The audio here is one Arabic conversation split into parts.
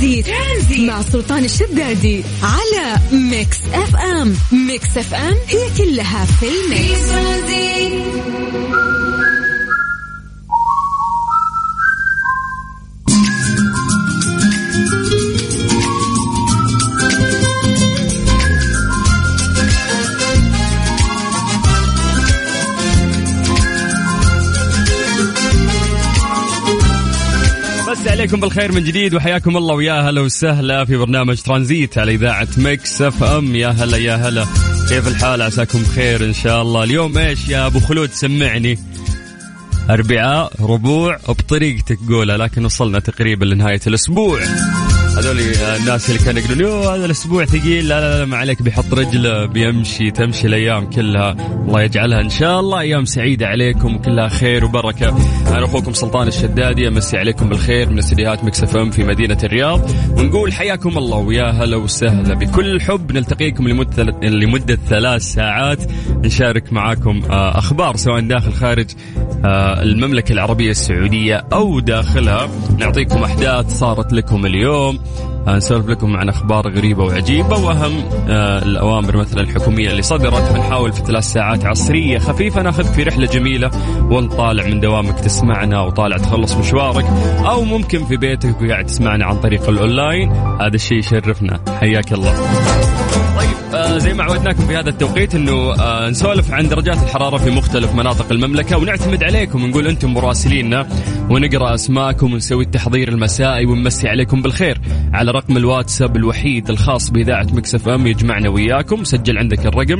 ترانزيت مع سلطان الشدادي على ميكس اف ام. ميكس اف ام هي كلها في الميكس. بس عليكم بالخير من جديد وحياكم الله ويا هلا وسهلا في برنامج ترانزيت على إذاعة ميكس اف ام. يا هلا يا هلا، كيف الحال؟ عساكم بخير إن شاء الله. اليوم إيش يا أبو خلود؟ سمعني. أربعاء ربوع بطريقتك قولها، لكن وصلنا تقريبا لنهاية الأسبوع. هذول الناس اللي كانوا يقولون يوه هذا الأسبوع ثقيل، لا لا لا ما عليك، بيحط رجله بيمشي، تمشي الأيام كلها. الله يجعلها إن شاء الله أيام سعيدة عليكم وكلها خير وبركة. أنا أخوكم سلطان الشدادي، أمسي عليكم بالخير من استديوهات ميكس اف ام في مدينة الرياض، ونقول حياكم الله ويا هلا وسهلا. بكل حب نلتقيكم لمدة 3 ساعات نشارك معاكم أخبار سواء داخل خارج المملكة العربية السعودية أو داخلها. نعطيكم أحداث صارت لكم اليوم، نسولف لكم عن أخبار غريبة وعجيبة، وأهم الأوامر مثلا الحكومية اللي صدرت. بنحاول في 3 ساعات عصرية خفيفة ناخذ في رحلة جميلة ونطالع من دوامك تسمعنا وطالع تخلص مشوارك، أو ممكن في بيتك وقاعد تسمعنا عن طريق الأونلاين. هذا الشيء يشرفنا، حياك الله. زي ما عودناكم في هذا التوقيت انه نسولف عن درجات الحرارة في مختلف مناطق المملكة، ونعتمد عليكم، نقول انتم مراسليننا ونقرأ اسماءكم ونسوي التحضير المسائي ونمسي عليكم بالخير على رقم الواتساب الوحيد الخاص بإذاعة ميكس اف ام يجمعنا وياكم. سجل عندك الرقم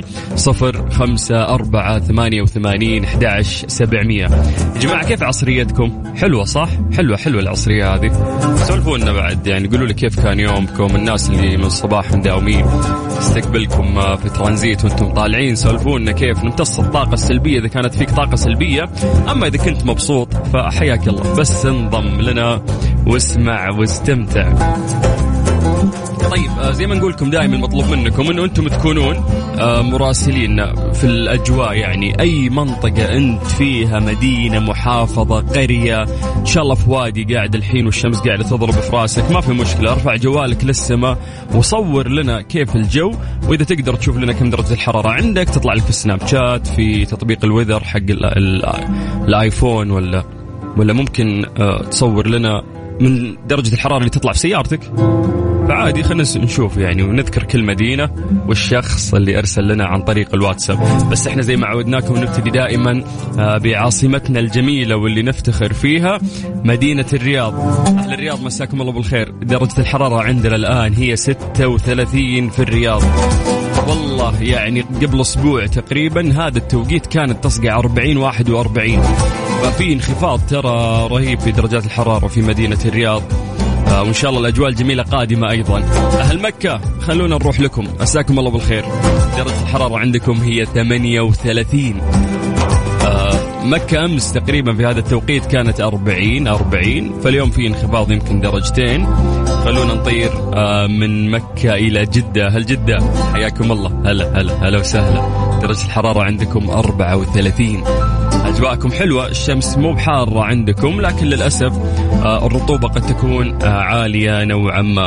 0548811700. يا جماعة كيف عصريتكم؟ حلوة صح؟ حلوة العصرية هذه. سولفونا بعد، يعني قولوا لي كيف كان يومكم، الناس اللي من الصباح مداومين استقبلكم في ترانزيت وانتم طالعين. سولفونا كيف نمتص الطاقة السلبية إذا كانت فيك طاقة سلبية، أما إذا كنت مبسوط فحياك الله، بس انضم لنا واسمع واستمتع. طيب زي ما نقول لكم دائما المطلوب منكم انه انتم تكونون مراسلين في الاجواء، يعني اي منطقه انت فيها، مدينه، محافظه، قريه، ان شاء الله في وادي قاعد الحين والشمس قاعده تضرب في راسك، ما في مشكله، ارفع جوالك للسماء وصور لنا كيف الجو. واذا تقدر تشوف لنا كم درجه الحراره عندك، تطلع لك في السناب شات في تطبيق الويذر حق الايفون، ولا ممكن تصور لنا من درجه الحراره اللي تطلع في سيارتك. فعادي خلنا نشوف يعني، ونذكر كل مدينة والشخص اللي أرسل لنا عن طريق الواتساب. بس احنا زي ما عودناكم نبتدي دائما بعاصمتنا الجميلة واللي نفتخر فيها، مدينة الرياض. أهل الرياض مساكم الله بالخير. درجة الحرارة عندنا الآن هي 36 في الرياض. والله يعني قبل أسبوع تقريبا هذا التوقيت كانت تصقع 40-41، ففي انخفاض ترى رهيب في درجات الحرارة في مدينة الرياض. وإن شاء الله الأجواء الجميلة قادمة أيضا. أهل مكة خلونا نروح لكم، أساكم الله بالخير. درجة الحرارة عندكم هي 38. مكة أمس تقريبا في هذا التوقيت كانت 40، فاليوم في انخفاض يمكن درجتين. خلونا نطير من مكة إلى جدة. هل جدة حياكم الله، هلا وسهلا. درجة الحرارة عندكم 34. أجواءكم حلوة، الشمس مو بحارة عندكم، لكن للأسف الرطوبة قد تكون عالية نوعا ما.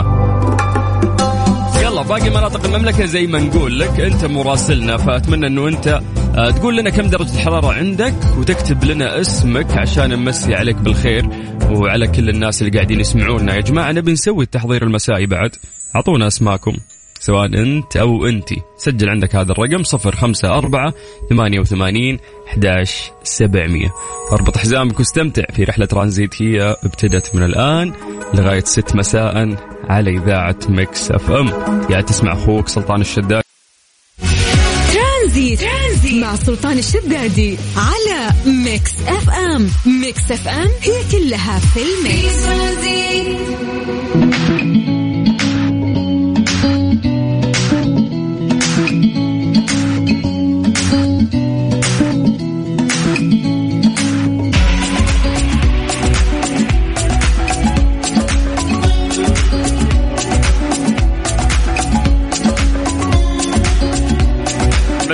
يلا باقي مناطق المملكة زي ما نقول لك، أنت مراسلنا، فأتمنى أنه أنت تقول لنا كم درجة الحرارة عندك وتكتب لنا اسمك عشان نمسي عليك بالخير وعلى كل الناس اللي قاعدين يسمعونا. يا جماعة نبي نسوي التحضير المسائي بعد، أعطونا اسماءكم سواء أنت أو أنتي. سجل عندك هذا الرقم 0548811700. اربط حزامك واستمتع في رحلة ترانزيت، هي ابتدت من الآن لغاية 6 مساء على إذاعة ميكس اف ام. قاعد تسمع أخوك سلطان الشدادي. ترانزيت مع سلطان الشدادي على ميكس اف ام. ميكس اف ام هي كلها في الميكس.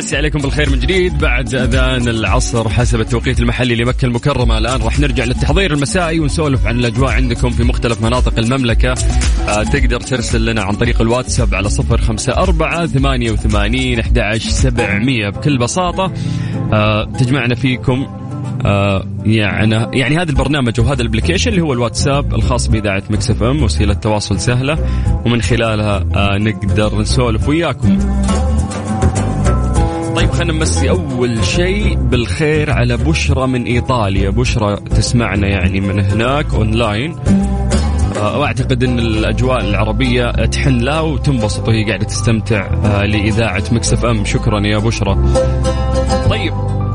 مسي عليكم بالخير من جديد بعد أذان العصر حسب التوقيت المحلي لمكة المكرمة. الآن راح نرجع للتحضير المسائي ونسولف عن الأجواء عندكم في مختلف مناطق المملكة. تقدر ترسل لنا عن طريق الواتساب على 0548811700 بكل بساطة. تجمعنا فيكم يعني هذا البرنامج وهذا الابليكيشن اللي هو الواتساب الخاص بإذاعة ميكس اف ام، وسيلة تواصل سهلة ومن خلالها نقدر نسولف وياكم. طيب خلينا نمسي أول شيء بالخير على بشرى من إيطاليا. بشرى تسمعنا يعني من هناك أونلاين، وأعتقد أن الأجواء العربية تحن لها وتنبسط وهي قاعدة تستمتع لإذاعة ميكس اف ام. شكرا يا بشرى. طيب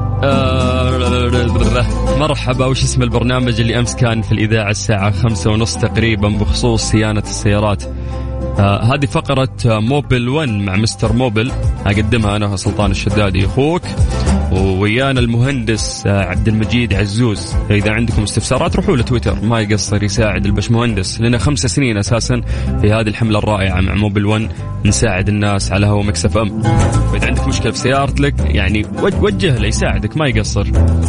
مرحبا. وش اسم البرنامج اللي أمس كان في الإذاعة الساعة 5:30 تقريبا بخصوص صيانة السيارات؟ هذه فقرة موبل 1 مع مستر موبل، أقدمها أنا سلطان الشدادي أخوك، ويانا المهندس عبد المجيد عزوز. إذا عندكم استفسارات روحوا لتويتر، ما يقصر يساعد البشمهندس. لنا 5 سنين أساسا في هذه الحملة الرائعة مع موبل 1 نساعد الناس على هوا ميكس اف ام. وإذا عندك مشكلة في سيارتك يعني وجه له يساعدك ما يقصر.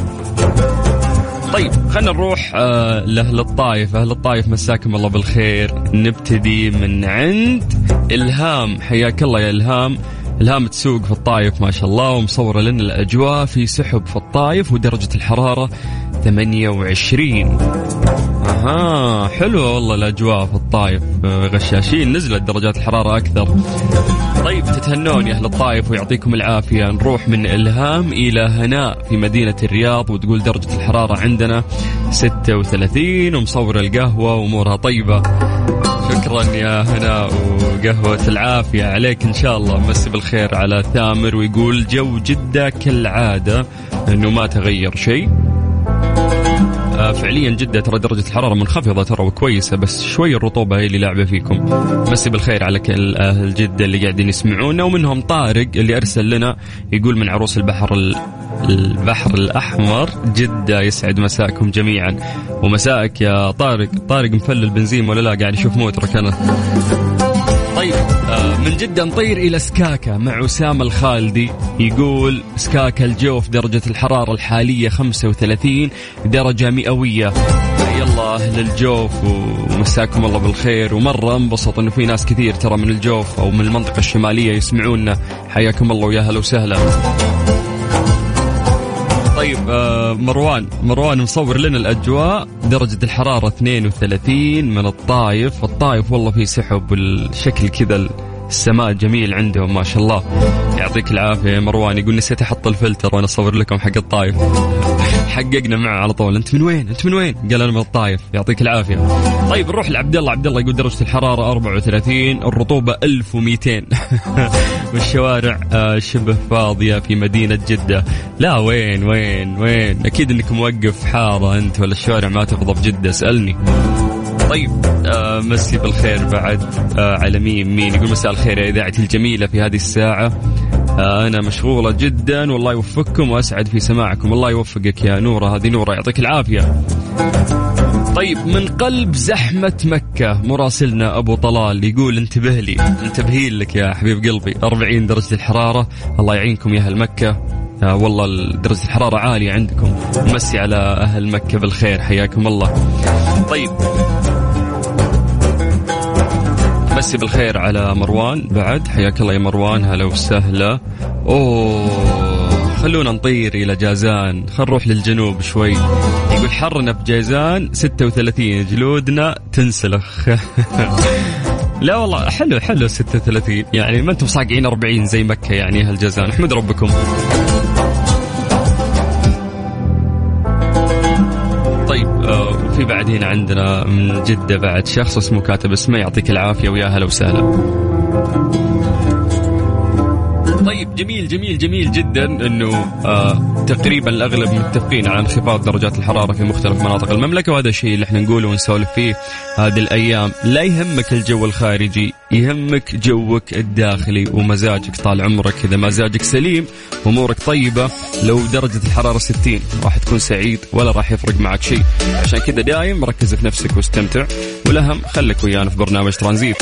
طيب خلنا نروح لأهل الطائف. أهل الطائف مساكم الله بالخير. نبتدي من عند إلهام. حياك الله يا إلهام. إلهام تسوق في الطائف ما شاء الله، ومصورة لنا الأجواء في سحب في الطائف ودرجة الحرارة 28. حلو والله الأجواء في الطائف، غشاشين نزلت درجات الحرارة أكثر. طيب تتهنون يا أهل الطائف ويعطيكم العافية. نروح من إلهام إلى هناء في مدينة الرياض، وتقول درجة الحرارة عندنا 36 ومصور القهوة وأمورها طيبة. شكرا يا هناء وقهوة العافية عليك إن شاء الله. مسي بالخير على ثامر ويقول جو جدة كالعادة أنه ما تغير شيء. فعليا جدة ترى درجة الحرارة منخفضة ترى وكويسة، بس شوي الرطوبة هي اللي لعبة فيكم. مسي بالخير على كل أهل جدة اللي قاعدين يسمعونا، ومنهم طارق اللي أرسل لنا يقول من عروس البحر الأحمر جدة. يسعد مساءكم جميعا ومساءك يا طارق. طارق مفلل بنزين ولا لا؟ قاعد يشوف موترك أنا. طيب من جدة نطير إلى سكاكا مع أسامة الخالدي. يقول سكاكا الجو في درجة الحرارة الحالية 35 درجة مئوية. يلا أهل الجوف ومساكم الله بالخير. ومرة انبسط أنه في ناس كثير ترى من الجوف أو من المنطقة الشمالية يسمعونا. حياكم الله ويا هلا وسهلا. طيب مروان مصور لنا الأجواء درجة الحرارة 32 من الطائف. الطائف والله في سحب والشكل كذا السماء جميل عندهم ما شاء الله. يعطيك العافية يا مروان. يقول نسيت أحط الفلتر وأنا أصور لكم حق الطائف. حققنا معه على طول. أنت من وين؟ قال أنا من الطائف. يعطيك العافية. طيب نروح لعبد الله. عبد الله يقول درجة الحرارة 34 الرطوبة 1200 والشوارع شبه فاضية في مدينة جدة. لا وين أكيد أنك موقف حارة أنت ولا الشوارع ما تفضى بجدة. اسألني. طيب مسي بالخير بعد على مين يقول مساء الخير يا إذاعتي الجميلة في هذه الساعة. أنا مشغولة جدا والله يوفقكم وأسعد في سماعكم. الله يوفقك يا نورة. هذه نورة يعطيك العافية. طيب من قلب زحمة مكة مراسلنا أبو طلال يقول انتبهي لك يا حبيب قلبي. 40 درجة الحرارة. الله يعينكم يا أهل مكة. والله درجة الحرارة عالية عندكم. مسي على أهل مكة بالخير. حياكم الله. طيب مسي بالخير على مروان بعد. حياك الله يا مروان. هلا وسهلا. خلونا نطير إلى جازان. خل نروح للجنوب شوي. يقول حرنا بجازان 36 جلودنا تنسلخ. لا والله حلو 36 يعني ما انتم صاقعين 40 زي مكة يعني هالجازان. احمد ربكم. طيب في بعد هنا عندنا من جدة بعد شخص اسمه كاتب اسمه. يعطيك العافية ويا هلا وسهلا. طيب جميل جدا انه تقريبا الاغلب متفقين على انخفاض درجات الحرارة في مختلف مناطق المملكة، وهذا الشيء اللي احنا نقوله ونسولف فيه هذه الايام. لا يهمك الجو الخارجي، يهمك جوك الداخلي ومزاجك. طال عمرك اذا مزاجك سليم وامورك طيبة لو درجة الحرارة 60 راح تكون سعيد ولا راح يفرق معك شيء. عشان كذا دايم ركز في نفسك واستمتع، والأهم خليك ويانا في برنامج ترانزيت.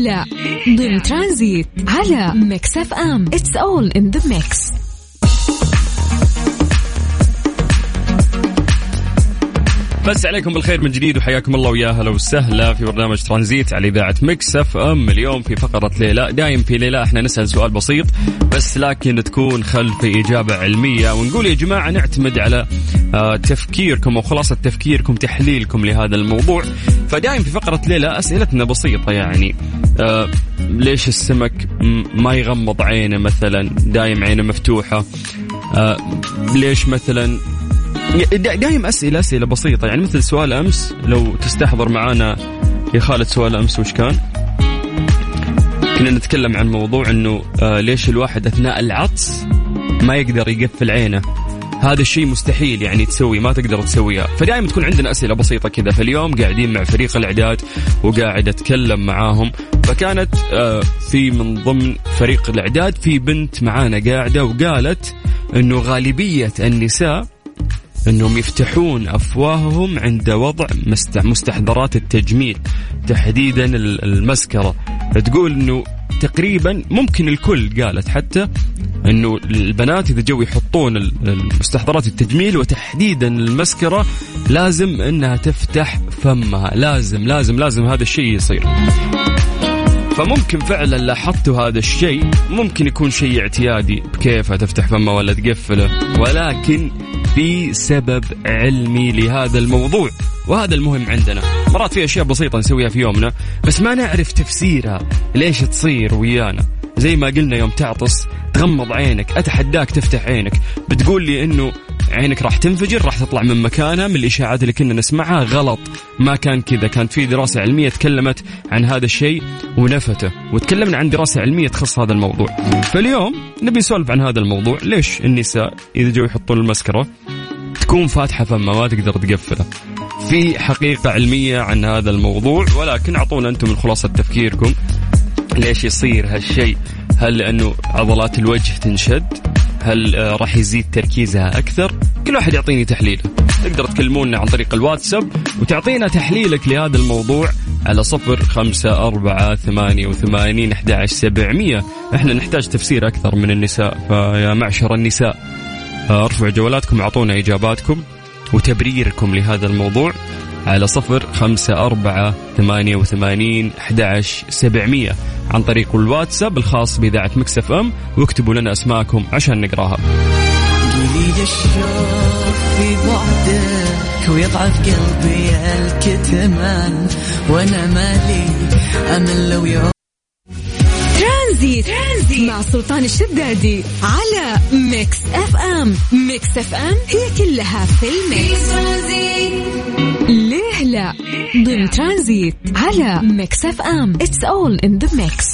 لا ضمن ترانزيت على ميكس اف ام. It's all in the mix. بس عليكم بالخير من جديد وحياكم الله ويا هلا وسهلا في برنامج ترانزيت على إذاعة ميكس اف ام. اليوم في فقرة ليلى. دايم في ليلى احنا نسأل سؤال بسيط بس لكن تكون خلف إجابة علمية، ونقول يا جماعة نعتمد على تفكيركم وخلاصة تفكيركم تحليلكم لهذا الموضوع. فدايم في فقرة ليلى أسئلتنا بسيطة، يعني ليش السمك ما يغمض عينه مثلا، دايم عينه مفتوحة؟ ليش مثلا دايم أسئلة بسيطة، يعني مثل سؤال أمس لو تستحضر معانا يا خالد. سؤال أمس وش كان؟ كنا نتكلم عن موضوع أنه ليش الواحد أثناء العطس ما يقدر يقفل عينه. هذا الشيء مستحيل يعني تسوي، ما تقدر تسويها. فدائما تكون عندنا أسئلة بسيطة كذا. فاليوم قاعدين مع فريق الإعداد وقاعد أتكلم معاهم، فكانت في من ضمن فريق الإعداد في بنت معانا قاعدة وقالت أنه غالبية النساء أنهم يفتحون أفواههم عند وضع مستحضرات التجميل، تحديدا المسكرة. تقول أنه تقريبا ممكن الكل، قالت حتى أنه البنات إذا جو يحطون المستحضرات التجميل وتحديدا المسكرة لازم أنها تفتح فمها، لازم هذا الشيء يصير. فممكن فعلا لاحظتوا هذا الشيء، ممكن يكون شيء اعتيادي بكيفها تفتح فمها ولا تقفله، ولكن في سبب علمي لهذا الموضوع، وهذا المهم عندنا. مرات في أشياء بسيطة نسويها في يومنا بس ما نعرف تفسيرها ليش تصير ويانا. زي ما قلنا يوم تعطس تغمض عينك، أتحداك تفتح عينك. بتقول لي إنه عينك راح تنفجر، راح تطلع من مكانها. من الإشاعات اللي كنا نسمعها غلط، ما كان كذا. كانت في دراسة علمية تكلمت عن هذا الشيء ونفته، وتكلمنا عن دراسة علمية تخص هذا الموضوع. فاليوم نبي نسولف عن هذا الموضوع، ليش النساء إذا جو يحطون المسكرة تكون فاتحة فمها ما تقدر تقفلها. في حقيقة علمية عن هذا الموضوع، ولكن أعطونا أنتم من خلاصة تفكيركم ليش يصير هالشيء. هل لأنه عضلات الوجه تنشد؟ هل راح يزيد تركيزها أكثر؟ كل واحد يعطيني تحليله. تقدر تكلمونا عن طريق الواتساب وتعطينا تحليلك لهذا الموضوع على 0548811700. احنا نحتاج تفسير أكثر من النساء، فيا معشر النساء ارفعوا جوالاتكم وعطونا إجاباتكم وتبريركم لهذا الموضوع على 0548811700 عن طريق الواتساب الخاص بإذاعة ميكس اف ام، واكتبوا لنا أسماءكم عشان نقراها. قليل الشوق في بعدك ويضعف قلبي الكتمان، وانا مالي امل لو يوم. ترانزيت مع سلطان الشدادي على ميكس اف ام. ميكس اف ام هي كلها في الميكس. ليه لا ضمن ترانزيت على ميكس اف ام. It's all in the mix.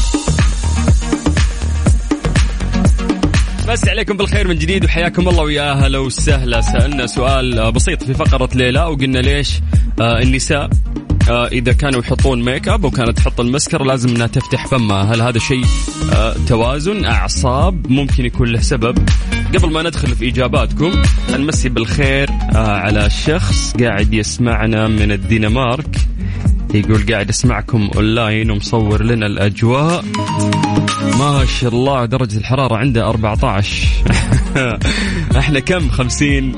بس عليكم بالخير من جديد وحياكم الله ويا هلا وسهلا. سألنا سؤال بسيط في فقرة ليلى وقلنا ليش النساء إذا كانوا يحطون ميك اب وكانت تحط المسكرة لازم أنها تفتح فمها. هل هذا شيء توازن أعصاب؟ ممكن يكون له سبب. قبل ما ندخل في إجاباتكم نمسي بالخير على شخص قاعد يسمعنا من الدنمارك، يقول قاعد يسمعكم أونلاين ومصور لنا الأجواء. ما شاء الله درجة الحرارة عنده 14. احنا كم 50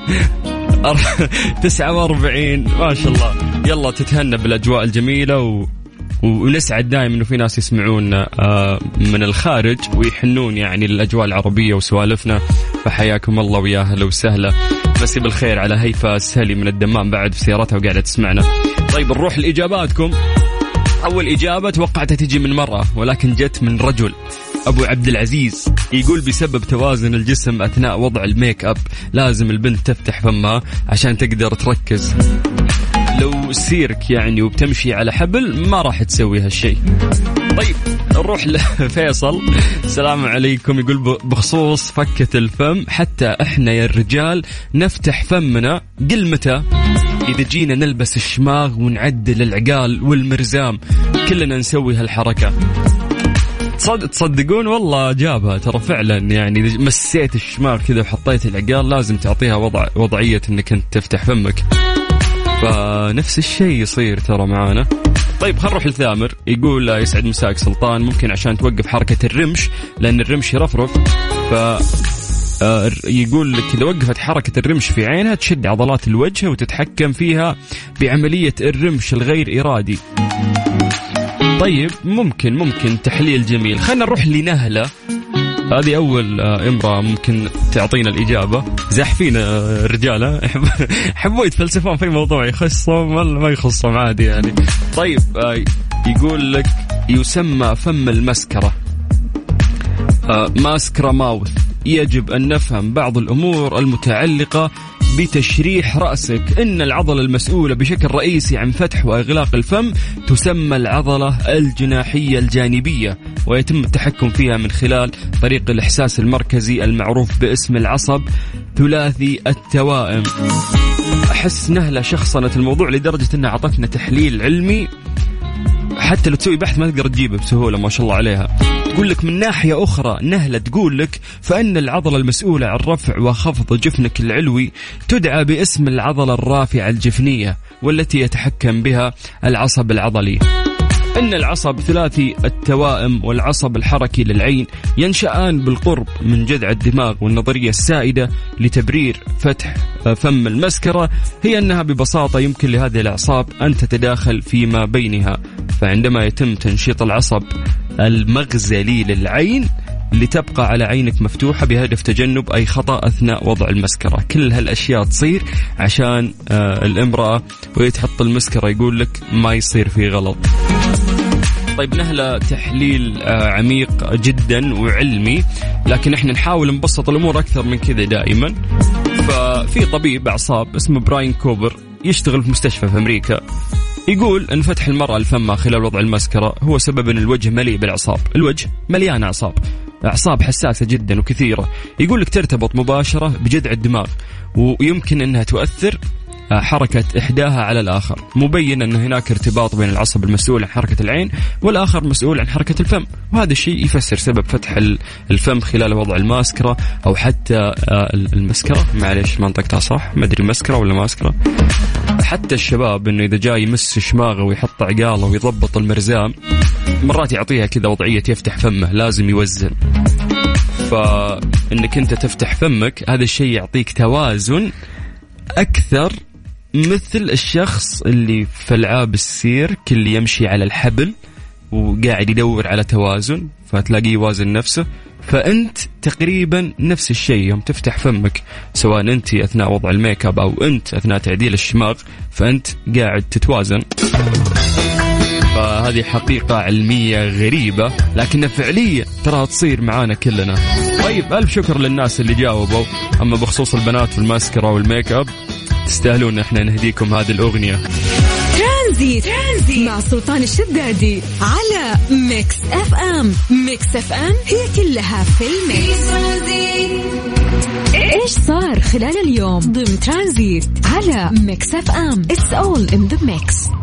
49 ما شاء الله. يلا تتهنى بالأجواء الجميلة ونسعد دائما إنه في ناس يسمعونا من الخارج ويحنون يعني للأجواء العربية وسوالفنا. فحياكم الله ويا هلا وسهلا. مسي بالخير على هيفا السهلي من الدمام بعد في سيارتها وقاعدة تسمعنا. طيب نروح لإجاباتكم. أول إجابة توقعتها تجي من مرأة ولكن جت من رجل. أبو عبد العزيز يقول بسبب توازن الجسم أثناء وضع الميك أب لازم البنت تفتح فمها عشان تقدر تركز. لو سيرك يعني وبتمشي على حبل ما راح تسوي هالشيء. طيب نروح لفيصل. السلام عليكم. يقول بخصوص فكة الفم حتى احنا يا الرجال نفتح فمنا قل متى إذا جينا نلبس الشماغ ونعدل العقال والمرزام كلنا نسوي هالحركة. تصدقون والله جابها ترى فعلا. يعني إذا مسيت الشماغ كذا وحطيت العقال لازم تعطيها وضعية انك انت تفتح فمك. فنفس الشيء يصير ترى معانا. طيب خل نروح لثامر، يقول يسعد مساك سلطان، ممكن عشان توقف حركة الرمش لأن الرمش يرفرف، يقول لك إذا وقفت حركة الرمش في عينها تشد عضلات الوجه وتتحكم فيها بعملية الرمش الغير إرادي. طيب ممكن تحليل جميل. خلينا نروح لنهلة، هذه أول امرأة ممكن تعطينا الإجابة. زحفين الرجال حبوا يتفلسفون في موضوع يخصهم ولا ما يخصهم عادي يعني. طيب يقول لك يسمى فم المسكرة ماسكرا ماوث. يجب أن نفهم بعض الأمور المتعلقة بتشريح رأسك. إن العضلة المسؤولة بشكل رئيسي عن فتح وإغلاق الفم تسمى العضلة الجناحية الجانبية، ويتم التحكم فيها من خلال طريق الإحساس المركزي المعروف باسم العصب ثلاثي التوائم. أحس نهلة شخصنت الموضوع لدرجة أنها عطتنا تحليل علمي حتى لو تسوي بحث ما تقدر تجيبه بسهولة، ما شاء الله عليها. تقول لك من ناحية أخرى نهلة تقول لك فإن العضلة المسؤولة عن رفع وخفض جفنك العلوي تدعى باسم العضلة الرافعة الجفنية، والتي يتحكم بها العصب العضلي. إن العصب ثلاثي التوائم والعصب الحركي للعين ينشأان بالقرب من جذع الدماغ، والنظرية السائدة لتبرير فتح فم المسكرة هي أنها ببساطة يمكن لهذه الأعصاب أن تتداخل فيما بينها، فعندما يتم تنشيط العصب المغزلي للعين لتبقى على عينك مفتوحة بهدف تجنب أي خطأ أثناء وضع المسكرة. كل هالأشياء تصير عشان الامرأة ويتحط المسكرة يقول لك ما يصير فيه غلط. طيب نهلة تحليل عميق جدا وعلمي، لكن احنا نحاول نبسط الأمور أكثر من كذا دائما. ففي طبيب أعصاب اسمه براين كوبر يشتغل في مستشفى في أمريكا، يقول أن فتح المرأة الفم خلال وضع المسكرة هو سبب أن الوجه مليء بالأعصاب. الوجه مليان أعصاب حساسة جدا وكثيرة، يقول لك ترتبط مباشرة بجذع الدماغ، ويمكن أنها تؤثر حركة إحداها على الآخر. مبين أن هناك ارتباط بين العصب المسؤول عن حركة العين والآخر مسؤول عن حركة الفم، وهذا الشيء يفسر سبب فتح الفم خلال وضع الماسكرة أو حتى المسكرة. معليش ما انطقتها صح، ما أدري مسكرة ولا ماسكرة. حتى الشباب إنه إذا جاي يمس شماغه ويحط عقاله ويضبط المرزام مرات يعطيها كذا وضعية يفتح فمه، لازم يوزن. فإنك أنت تفتح فمك هذا الشيء يعطيك توازن أكثر، مثل الشخص اللي في ألعاب السيرك اللي يمشي على الحبل وقاعد يدور على توازن فتلاقيه يوازن نفسه. فأنت تقريبا نفس الشيء يوم تفتح فمك، سواء أنت أثناء وضع الميك اب أو أنت أثناء تعديل الشماغ، فأنت قاعد تتوازن. فهذه حقيقة علمية غريبة لكنها فعليا ترى تصير معانا كلنا. طيب ألف شكر للناس اللي جاوبوا. أما بخصوص البنات والماسكرة والميك اب تستاهلون احنا نهديكم هذه الأغنية. ترانزيت مع سلطان الشدادي على ميكس اف ام. ميكس اف ام هي كلها في الميكس. ايش صار خلال اليوم ضمن ترانزيت على ميكس اف ام. It's all in the mix.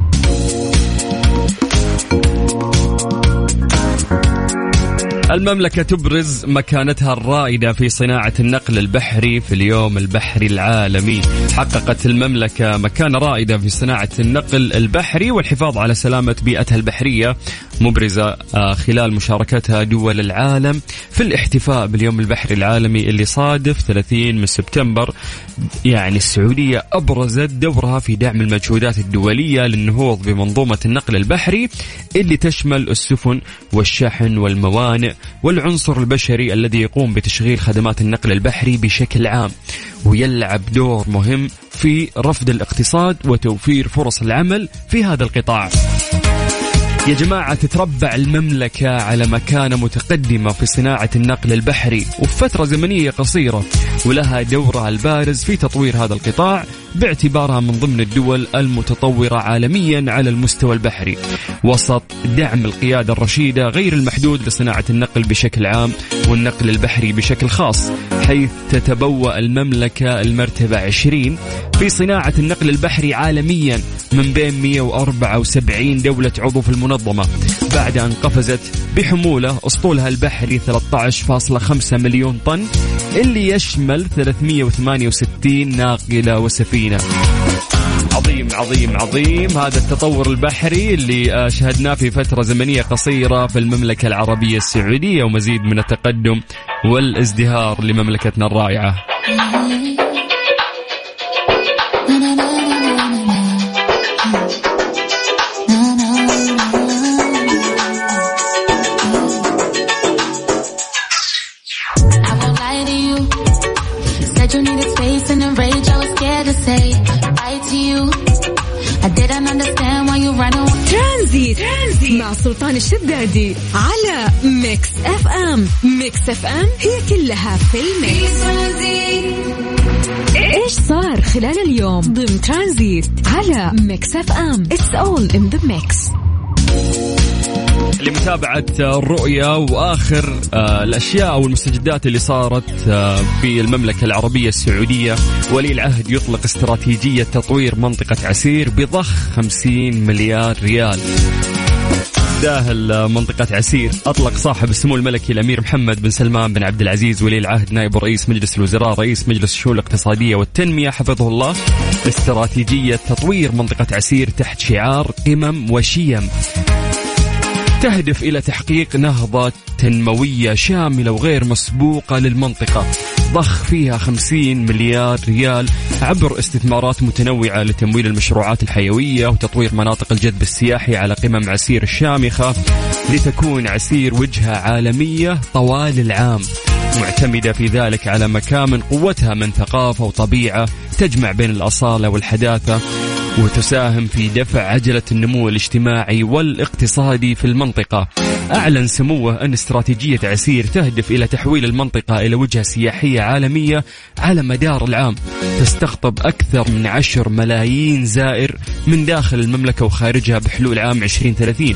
المملكة تبرز مكانتها الرائدة في صناعة النقل البحري في اليوم البحري العالمي. حققت المملكة مكانة رائدة في صناعة النقل البحري والحفاظ على سلامة بيئتها البحرية، مبرزة خلال مشاركتها دول العالم في الاحتفاء باليوم البحري العالمي اللي صادف 30 من سبتمبر. يعني السعودية أبرزت دورها في دعم المجهودات الدولية للنهوض بمنظومة النقل البحري اللي تشمل السفن والشحن والموانئ والعنصر البشري الذي يقوم بتشغيل خدمات النقل البحري بشكل عام، ويلعب دور مهم في رفض الاقتصاد وتوفير فرص العمل في هذا القطاع. يا جماعة تتربع المملكة على مكانة متقدمة في صناعة النقل البحري وفي فترة زمنية قصيرة، ولها دورها البارز في تطوير هذا القطاع باعتبارها من ضمن الدول المتطورة عالميا على المستوى البحري، وسط دعم القيادة الرشيدة غير المحدود لصناعة النقل بشكل عام والنقل البحري بشكل خاص، حيث تتبوأ المملكة المرتبة 20 في صناعة النقل البحري عالميا من بين 174 دولة عضو في المنظمة، بعد أن قفزت بحمولة أسطولها البحري 13.5 مليون طن اللي يشمل 368 ناقلة وسفينة. عظيم عظيم عظيم هذا التطور البحري اللي شهدناه في فترة زمنية قصيرة في المملكة العربية السعودية، ومزيد من التقدم والازدهار لمملكتنا الرائعة. ترانزيت مع سلطان الشدادي على ميكس اف ام. ميكس اف ام هي كلها في الميكس. ايش صار خلال اليوم ضمن ترانزيت على ميكس اف ام. It's all in the mix. لمتابعة الرؤية وآخر الأشياء أو المستجدات اللي صارت في المملكة العربية السعودية، ولي العهد يطلق استراتيجية تطوير منطقة عسير بضخ 50 مليار ريال. داخل منطقة عسير أطلق صاحب السمو الملكي الأمير محمد بن سلمان بن عبد العزيز ولي العهد نائب رئيس مجلس الوزراء رئيس مجلس الشؤون الاقتصادية والتنمية حفظه الله استراتيجية تطوير منطقة عسير تحت شعار قمم وشيم، تهدف إلى تحقيق نهضة تنموية شاملة وغير مسبوقة للمنطقة، ضخ فيها 50 مليار ريال عبر استثمارات متنوعة لتمويل المشروعات الحيوية وتطوير مناطق الجذب السياحي على قمم عسير الشامخة، لتكون عسير وجهة عالمية طوال العام، معتمدة في ذلك على مكامن قوتها من ثقافة وطبيعة تجمع بين الأصالة والحداثة، وتساهم في دفع عجلة النمو الاجتماعي والاقتصادي في المنطقة. أعلن سموه أن استراتيجية عسير تهدف إلى تحويل المنطقة إلى وجهة سياحية عالمية على مدار العام، تستقطب أكثر من 10 ملايين زائر من داخل المملكة وخارجها بحلول عام 2030،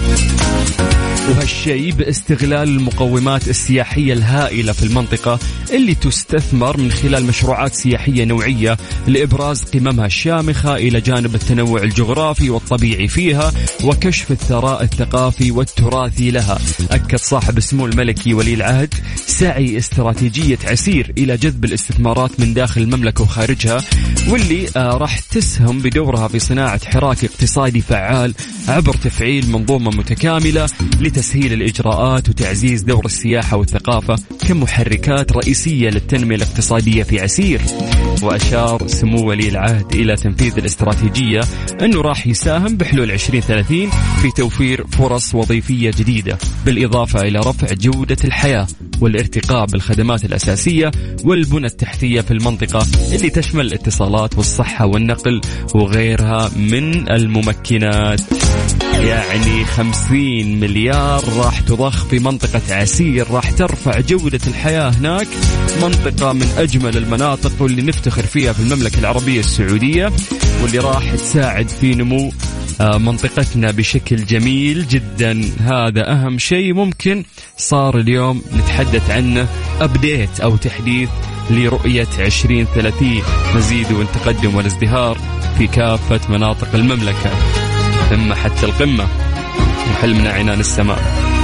وهالشيء باستغلال المقومات السياحية الهائلة في المنطقة اللي تستثمر من خلال مشروعات سياحية نوعية لإبراز قممها الشامخة إلى جانب التنوع الجغرافي والطبيعي فيها وكشف الثراء الثقافي والتراثي لها. أكد صاحب السمو الملكي ولي العهد سعي استراتيجية عسير إلى جذب الاستثمارات من داخل المملكة وخارجها، واللي راح تسهم بدورها في صناعة حراك اقتصادي فعال عبر تفعيل منظومة متكاملة لتسهيل الإجراءات وتعزيز دور السياحة والثقافة كمحركات رئيسية للتنمية الاقتصادية في عسير. وأشار سمو ولي العهد إلى تنفيذ الاستراتيجية أنه راح يساهم بحلول 2030 في توفير فرص وظيفية جديدة، بالإضافة إلى رفع جودة الحياة والارتقاء بالخدمات الأساسية والبنى التحتية في المنطقة اللي تشمل الاتصالات والصحة والنقل وغيرها من الممكنات. يعني 50 مليار راح تضخ في منطقة عسير، راح ترفع جودة الحياة هناك، منطقة من أجمل المناطق واللي نفتخر فيها في المملكة العربية السعودية، واللي راح تساعد في نمو منطقتنا بشكل جميل جدا. هذا أهم شيء ممكن صار اليوم نتحدث عنه، أبديت أو تحديث لرؤية 2030، مزيد والتقدم والازدهار في كافة مناطق المملكة ثم حتى القمة، وحلمنا عنان السماء.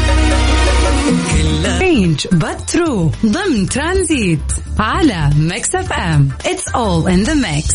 رينج باترو ضمن ترانزيت على ميكس اف ام. It's all in the mix.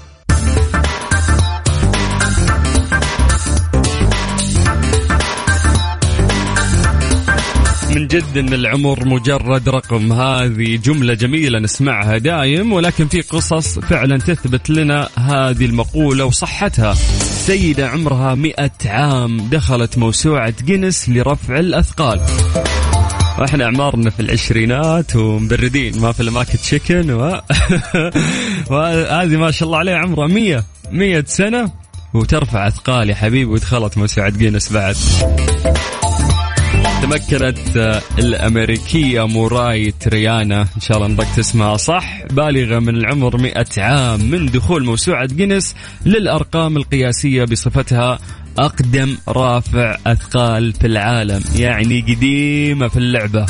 من جد ان العمر مجرد رقم، هذه جملة جميلة نسمعها دايم، ولكن في قصص فعلا تثبت لنا هذه المقولة وصحتها. سيدة عمرها 100 عام دخلت موسوعة جينيس لرفع الأثقال، واحنا اعمارنا في العشرينات ومبردين ما في الماكت تشيكن وهذه ما شاء الله عليها عمرها 100 سنة وترفع أثقال يا حبيبي، ودخلت موسوعة جينيس بعد. تمكنت الأمريكية موراي تريانا، إن شاء الله نطقت اسمها صح، بالغة من العمر 100 عام من دخول موسوعة جينيس للأرقام القياسية بصفتها أقدم رافع أثقال في العالم، يعني قديمة في اللعبة.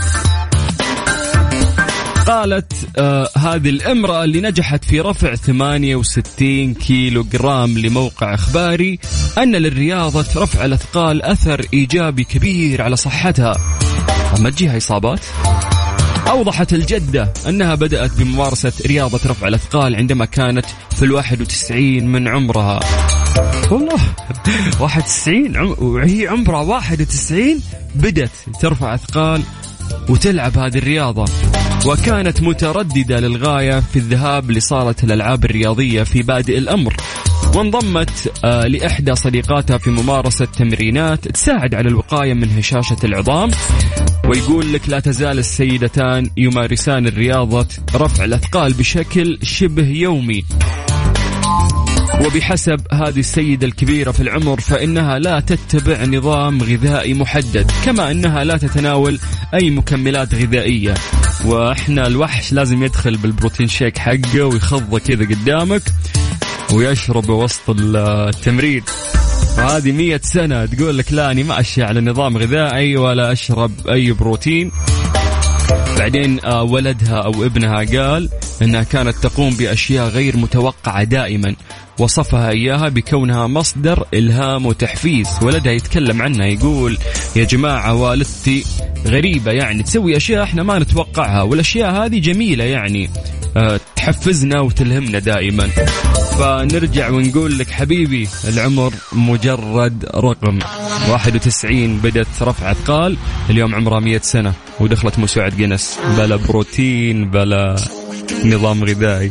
قالت هذه الامرأة اللي نجحت في رفع 68 كيلوغرام لموقع إخباري أن للرياضة رفع الأثقال أثر إيجابي كبير على صحتها، أما تجيها إصابات. أوضحت الجدة أنها بدأت بممارسة رياضة رفع الأثقال عندما كانت في 91 من عمرها، والله 91 وهي عمرها 91 بدت ترفع أثقال وتلعب هذه الرياضة، وكانت مترددة للغاية في الذهاب لصالة الألعاب الرياضية في بادئ الأمر، وانضمت لإحدى صديقاتها في ممارسة تمرينات تساعد على الوقاية من هشاشة العظام. ويقول لك لا تزال السيدتان يمارسان الرياضة رفع الأثقال بشكل شبه يومي. وبحسب هذه السيدة الكبيرة في العمر فإنها لا تتبع نظام غذائي محدد، كما أنها لا تتناول أي مكملات غذائية. وإحنا الوحش لازم يدخل بالبروتين شيك حقه ويخضه كذا قدامك ويشرب وسط التمرين. وهذه 100 سنة تقول لك لا أنا ما أشي على نظام غذائي ولا أشرب أي بروتين. بعدين ولدها أو ابنها قال أنها كانت تقوم بأشياء غير متوقعة دائما، وصفها إياها بكونها مصدر إلهام وتحفيز. ولدها يتكلم عنها يقول يا جماعة والدتي غريبة، يعني تسوي أشياء إحنا ما نتوقعها، والأشياء هذه جميلة يعني تحفزنا وتلهمنا دائما. فنرجع ونقول لك حبيبي العمر مجرد رقم. 91 بدت رفع أثقال، اليوم عمرها 100 سنة ودخلت موسوعة جينيس بلا بروتين بلا نظام غذائي.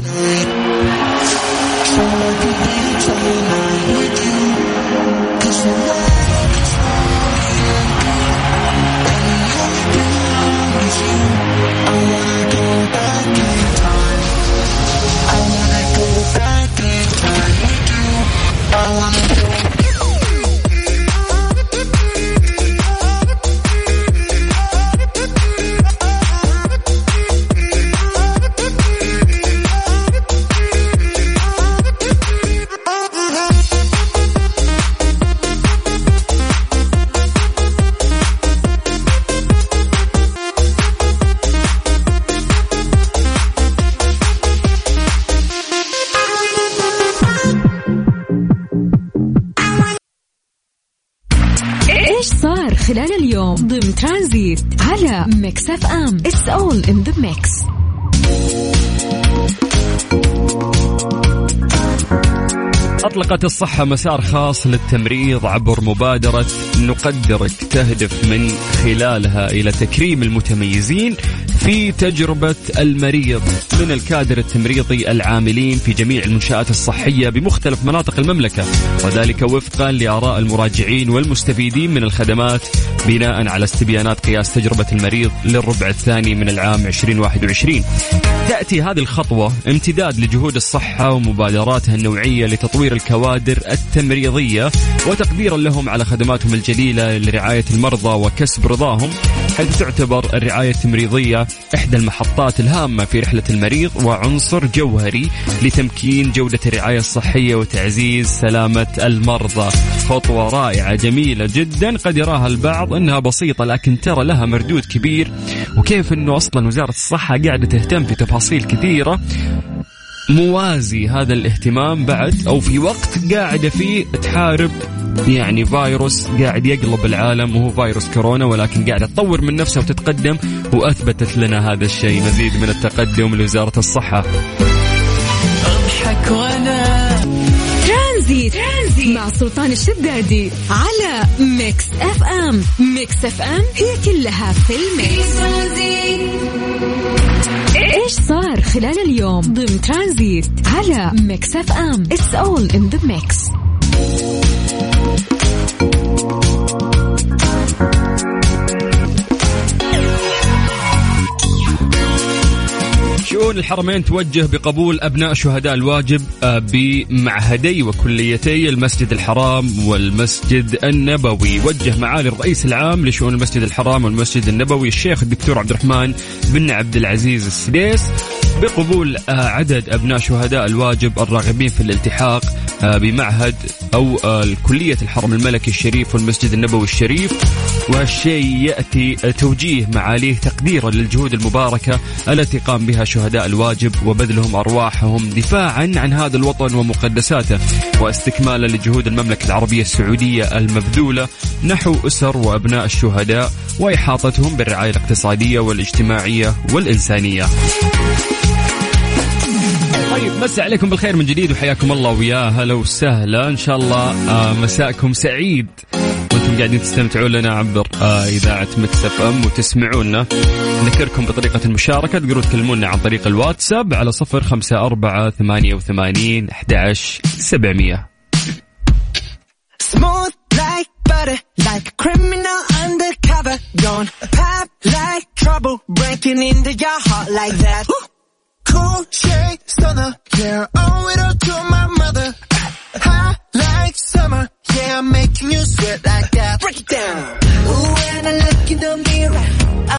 خلال اليوم ضمن ترانزيت على ميكس اف ام. It's all in the mix. أطلقت الصحة مسار خاص للتمريض عبر مبادرة نقدرك، تهدف من خلالها إلى تكريم المتميزين في تجربة المريض من الكادر التمريضي العاملين في جميع المنشآت الصحية بمختلف مناطق المملكة، وذلك وفقا لآراء المراجعين والمستفيدين من الخدمات بناء على استبيانات قياس تجربة المريض للربع الثاني من العام 2021. تأتي هذه الخطوة امتداد لجهود الصحة ومبادراتها النوعية لتطوير الكوادر التمريضية وتقديرا لهم على خدماتهم الجليلة لرعاية المرضى وكسب رضاهم، حيث تعتبر الرعاية التمريضية إحدى المحطات الهامة في رحلة المريض وعنصر جوهري لتمكين جودة الرعاية الصحية وتعزيز سلامة المرضى. خطوة رائعة جميلة جدا، قد يراها البعض أنها بسيطة لكن ترى لها مردود كبير، وكيف أنه أصلا وزارة الصحة قاعدة تهتم في تفاصيل كثيرة موازي هذا الاهتمام بعد أو في وقت قاعدة فيه تحارب يعني فيروس قاعد يقلب العالم وهو فيروس كورونا، ولكن قاعدة تطور من نفسها وتتقدم، وأثبتت لنا هذا الشيء. مزيد من التقدم لوزارة الصحة. أضحك وأنا ترانزيت مع سلطان الشدادي على ميكس اف ام. ميكس اف ام هي كلها في الميكس. ايش صار خلال اليوم ضمن ترانزيت على ميكس اف ام. It's all in the mix. شؤون الحرمين توجه بقبول أبناء شهداء الواجب بمعهدي وكليتي المسجد الحرام والمسجد النبوي. وجه معالي الرئيس العام لشؤون المسجد الحرام والمسجد النبوي الشيخ الدكتور عبد الرحمن بن عبد العزيز السديس بقبول عدد أبناء شهداء الواجب الراغبين في الالتحاق بمعهد أو الكلية الحرم الملكي الشريف والمسجد النبوي الشريف. وهالشيء يأتي توجيه معاليه تقديرا للجهود المباركة التي قام بها شهداء الواجب وبذلهم أرواحهم دفاعا عن هذا الوطن ومقدساته، واستكمالا لجهود المملكة العربية السعودية المبذولة نحو أسر وأبناء الشهداء وإحاطتهم بالرعاية الاقتصادية والاجتماعية والإنسانية. طيب مساء عليكم بالخير من جديد وحياكم الله ويا هلا وسهلا. إن شاء الله مساءكم سعيد وانتم قاعدين تستمتعون لنا عبر إذاعة ميكس اف ام وتسمعونا. نذكركم بطريقة المشاركة، تقدروا تكلمونا عن طريق الواتساب على 0548811700. Smooth like butter, like a criminal undercover. Don't pop like trouble, breaking into your heart like that. Cool shade stunner, yeah, owe it all to my mother. Hot like summer, yeah, I'm making you sweat like